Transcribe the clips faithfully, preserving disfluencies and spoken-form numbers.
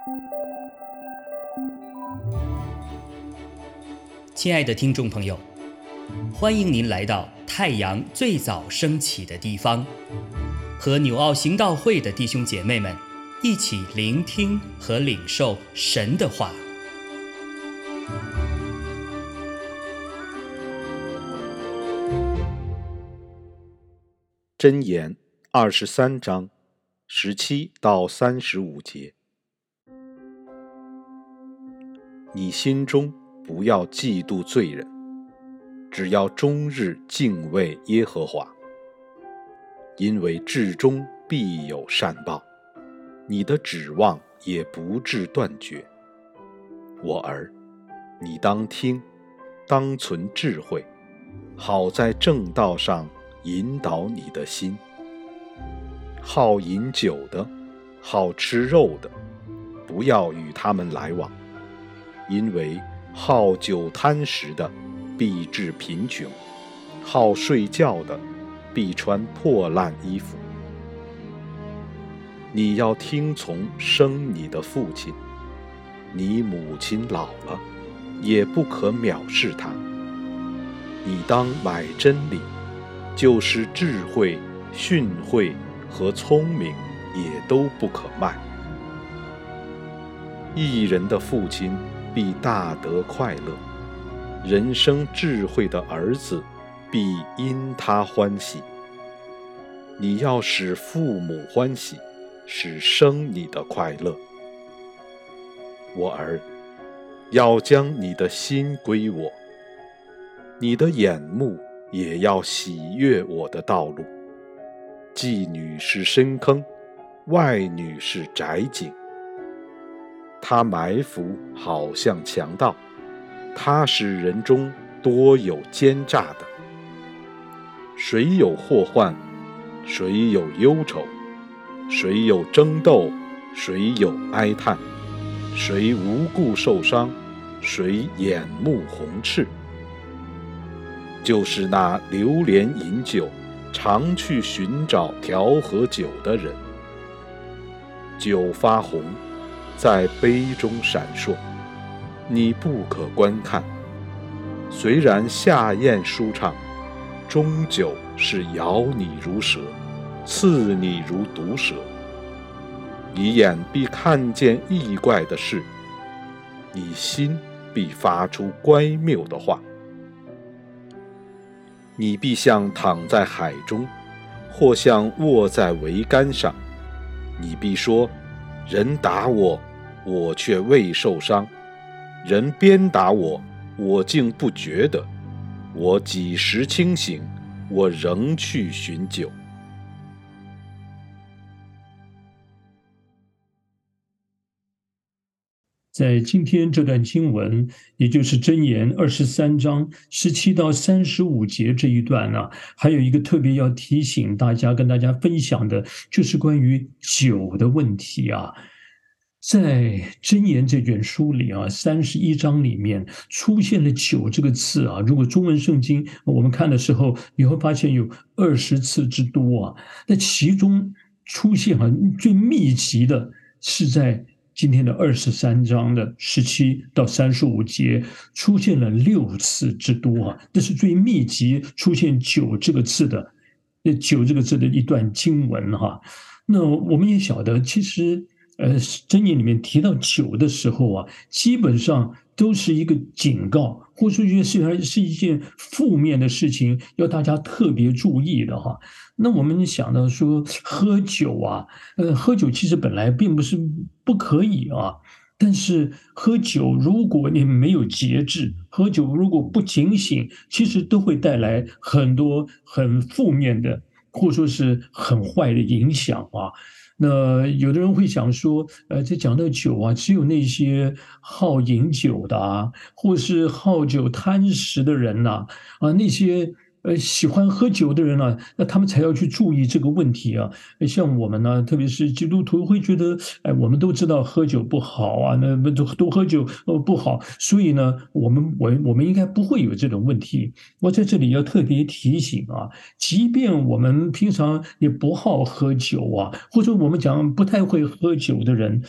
亲爱的听众朋友，欢迎您来到太阳最早升起的地方，和纽奥行道会的弟兄姐妹们一起聆听和领受神的话。 箴言二十三章十七到三十五节，你心中不要嫉妒罪人，只要终日敬畏耶和华，因为至终必有善报，你的指望也不致断绝。我儿，你当听，当存智慧，好在正道上引导你的心。好饮酒的，好吃肉的，不要与他们来往，因为好酒贪食的必致贫穷，好睡觉的必穿破烂衣服。你要听从生你的父亲，你母亲老了，也不可藐视她。你当买真理，就是智慧、训诲和聪明也都不可卖。义人的父亲必大得快乐，人生智慧的儿子必因他欢喜。你要使父母欢喜，使生你的快乐。我儿，要将你的心归我，你的眼目也要喜悦我的道路。妓女是深坑，外女是窄井，她埋伏好像强盗，她使人中多有奸诈的。谁有祸患，谁有忧愁，谁有争斗，谁有哀叹，谁无故受伤，谁眼目红赤，就是那流连饮酒，常去寻找调和酒的人。酒发红，在杯中闪烁，你不可观看。虽然下咽舒畅，终究是咬你如蛇，刺你如毒蛇。你眼必看见异怪的事，你心必发出乖谬的话。你必像躺在海中，或像卧在桅杆上。你必说，人打我，我却未受伤；人鞭打我，我竟不觉得。我几时清醒，我仍去寻酒。 在今天这段经文，也就是箴言二十三章十七到三十五节这一段呢、啊，还有一个特别要提醒大家、跟大家分享的，就是关于酒的问题啊。在箴言这卷书里啊，三十一章里面出现了酒这个字啊。如果中文圣经我们看的时候，你会发现有二十次之多啊。那其中出现啊最密集的是在今天的二十三章的十七到三十五节，出现了六次之多啊，这是最密集出现酒这个字的，酒这个字的一段经文哈。那我们也晓得，其实呃，箴言里面提到酒的时候啊，基本上都是一个警告，或者说是是一件负面的事情，要大家特别注意的哈。那我们想到说喝酒啊，呃，喝酒其实本来并不是不可以啊，但是喝酒如果你没有节制，喝酒如果不警醒，其实都会带来很多很负面的，或者说是很坏的影响啊。那有的人会想说，呃，这讲到酒啊，只有那些好饮酒的啊，或是好酒贪食的人呐、啊，啊，那些呃喜欢喝酒的人呢，那他们才要去注意这个问题啊。像我们呢，特别是基督徒，会觉得，哎，我们都知道喝酒不好啊，那不都都喝酒呃不好，所以呢，我们我我们应该不会有这种问题。我在这里要特别提醒啊，即便我们平常也不好喝酒啊，或者我们讲不太会喝酒的人。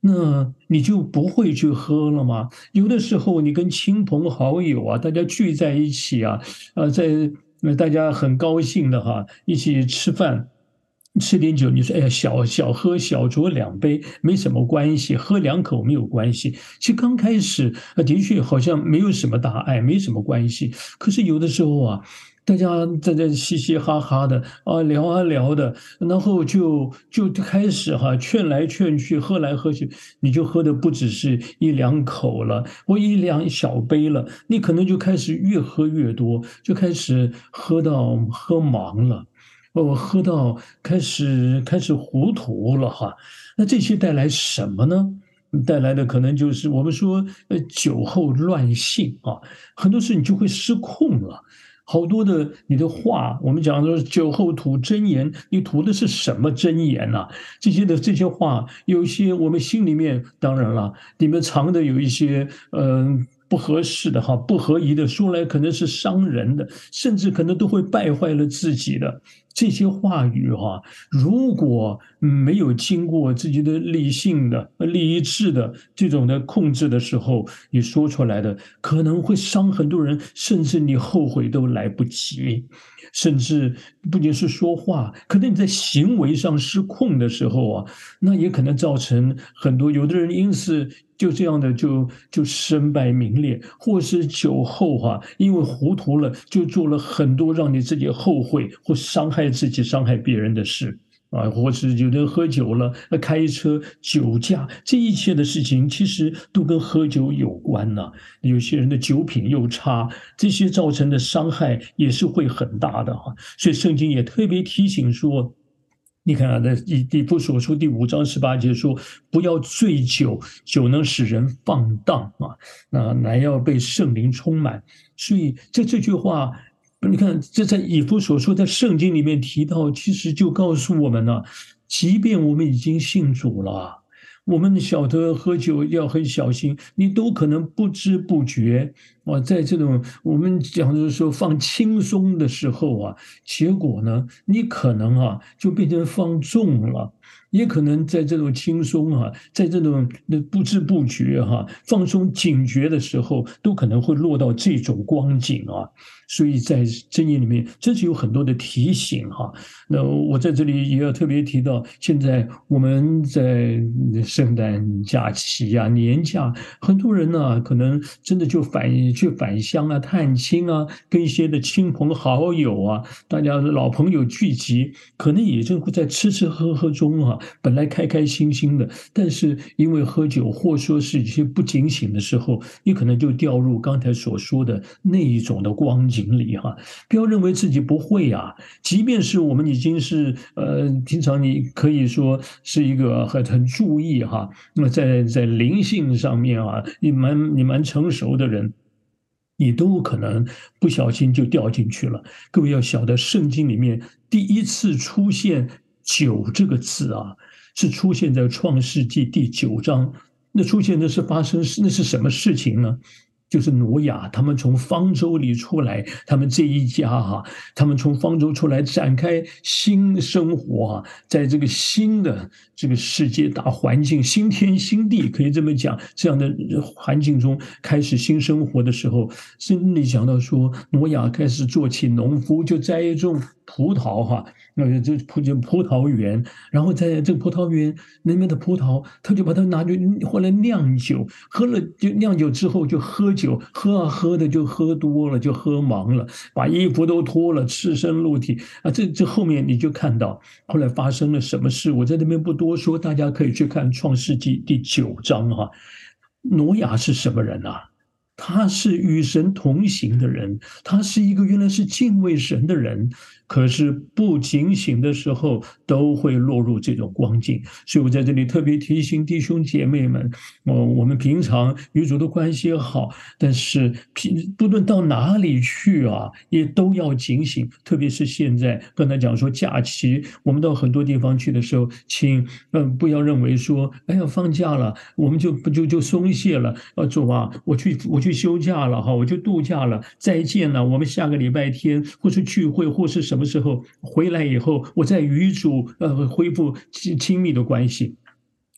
那你就不会去喝了吗？有的时候你跟亲朋好友啊，大家聚在一起啊，呃，在呃大家很高兴的哈，一起吃饭。吃点酒，你说哎呀，小小喝小酌两杯没什么关系，喝两口没有关系。其实刚开始啊，的确好像没有什么大碍，没什么关系。可是有的时候啊，大家在这嘻嘻哈哈的啊，聊啊聊的，然后就就开始哈劝来劝去，喝来喝去，你就喝的不只是一两口了，或一两小杯了，你可能就开始越喝越多，就开始喝到喝忙了。哦，喝到开始开始糊涂了哈，那这些带来什么呢？带来的可能就是我们说，呃，酒后乱性啊，很多事你就会失控了。好多的你的话，我们讲说酒后吐真言，你吐的是什么真言呐、这些的这些话，有一些我们心里面，当然了，里面藏的有一些嗯、呃不合适的哈，不合宜的，说来可能是伤人的，甚至可能都会败坏了自己的这些话语哈。如果没有经过自己的理性的、理智的这种的控制的时候，你说出来的可能会伤很多人，甚至你后悔都来不及。甚至不仅是说话，可能你在行为上失控的时候啊，那也可能造成很多有的人因此就这样的就就身败名裂，或是酒后哈、啊，因为糊涂了，就做了很多让你自己后悔或伤害自己、伤害别人的事。啊，或是有人喝酒了，开车酒驾，这一切的事情其实都跟喝酒有关呐、有些人的酒品又差，这些造成的伤害也是会很大的哈。所以圣经也特别提醒说，你看啊，在以以弗所书第五章十八节说，不要醉酒，酒能使人放荡啊，那乃要被圣灵充满。所以在这句话。你看，这在以弗所说，在圣经里面提到，其实就告诉我们了，即便我们已经信主了，我们晓得喝酒要很小心，你都可能不知不觉啊，在这种我们讲的说放轻松的时候啊，结果呢，你可能啊就变成放纵了。也可能在这种轻松啊，在这种不知不觉哈、啊，放松警觉的时候，都可能会落到这种光景啊。所以在箴言里面，真是有很多的提醒哈、啊。那我在这里也要特别提到，现在我们在圣诞假期呀、啊、年假，很多人呢、啊、可能真的就返去返乡啊、探亲啊，跟一些的亲朋好友啊，大家老朋友聚集，可能也正会在吃吃喝喝中啊，本来开开心心的，但是因为喝酒或说是一些不警醒的时候，你可能就掉入刚才所说的那一种的光景里哈。不要认为自己不会啊，即便是我们已经是呃，平常你可以说是一个很很注意哈，那在在灵性上面啊，你蛮你蛮成熟的人。你都可能不小心就掉进去了。各位要晓得，圣经里面第一次出现"酒"这个字啊，是出现在创世纪第九章。那出现的是发生那是什么事情呢？就是挪亚他们从方舟里出来，他们这一家哈、啊，他们从方舟出来展开新生活啊，在这个新的这个世界大环境、新天新地，可以这么讲，这样的环境中开始新生活的时候，圣经里讲到说，挪亚开始做起农夫，就栽种葡萄哈、啊，那这葡葡萄园，然后在这个葡萄园里面的葡萄，他就把它拿去后来酿酒，喝了就酿酒之后就喝酒。酒喝啊喝的就喝多了，就喝忙了，把衣服都脱了，赤身露体啊！这这后面你就看到后来发生了什么事，我在这边不多说，大家可以去看《创世纪》第九章哈。挪亚是什么人啊？他是与神同行的人，他是一个原来是敬畏神的人，可是不警醒的时候都会落入这种光景。所以我在这里特别提醒弟兄姐妹们，哦，我们平常与主的关系好，但是不论到哪里去啊，也都要警醒。特别是现在刚才讲说假期，我们到很多地方去的时候，请嗯、呃、不要认为说，哎呀放假了，我们就不就就松懈了，啊主啊，我去我去休假了哈，我就度假了，再见了，我们下个礼拜天或是聚会或是什么时候回来以后，我再与主呃恢复亲亲密的关系。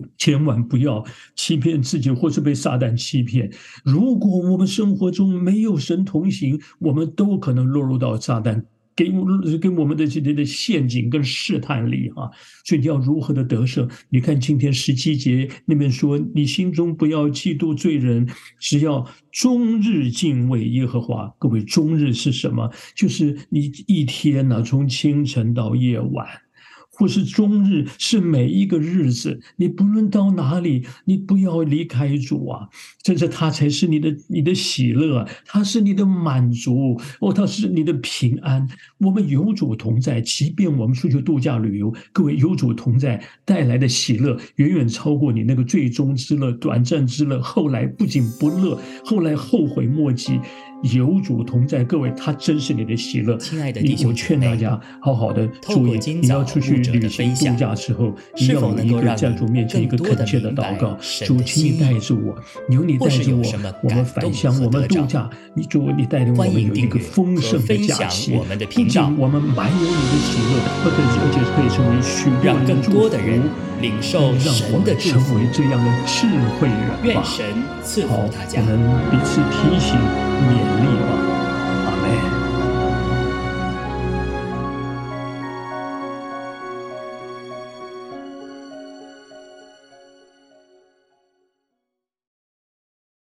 千万不要欺骗自己，或是被撒旦欺骗。如果我们生活中没有神同行，我们都可能落入到撒旦给给我们的这些的陷阱跟试探里啊。所以你要如何的得胜？你看今天十七节那边说，你心中不要嫉妒罪人，只要终日敬畏耶和华。各位，终日是什么？就是你一天呢、啊，从清晨到夜晚。或是终日，是每一个日子，你不论到哪里，你不要离开主啊！真是他才是你的你的喜乐，他是你的满足哦，他是你的平安。我们有主同在，即便我们出去度假旅游，各位有主同在带来的喜乐，远远超过你那个最终之乐、短暂之乐。后来不仅不乐，后来后悔莫及。有主同在，各位，他真是你的喜乐。 亲爱的弟兄姐妹， 我劝大家好好的注意，你要出去旅行度假之后，你要有一个在主面前一个恳切的祷告。主，请你带着我，有你带着我，我们返乡，我们度假。你主，你带领我们有一个丰盛的假期。不仅我们满有你的喜乐，而且可以成为许多让更多的人领受神的祝福， 成为这样的智慧人吧。 愿神赐福大家。 好，我们彼此提醒、勉励。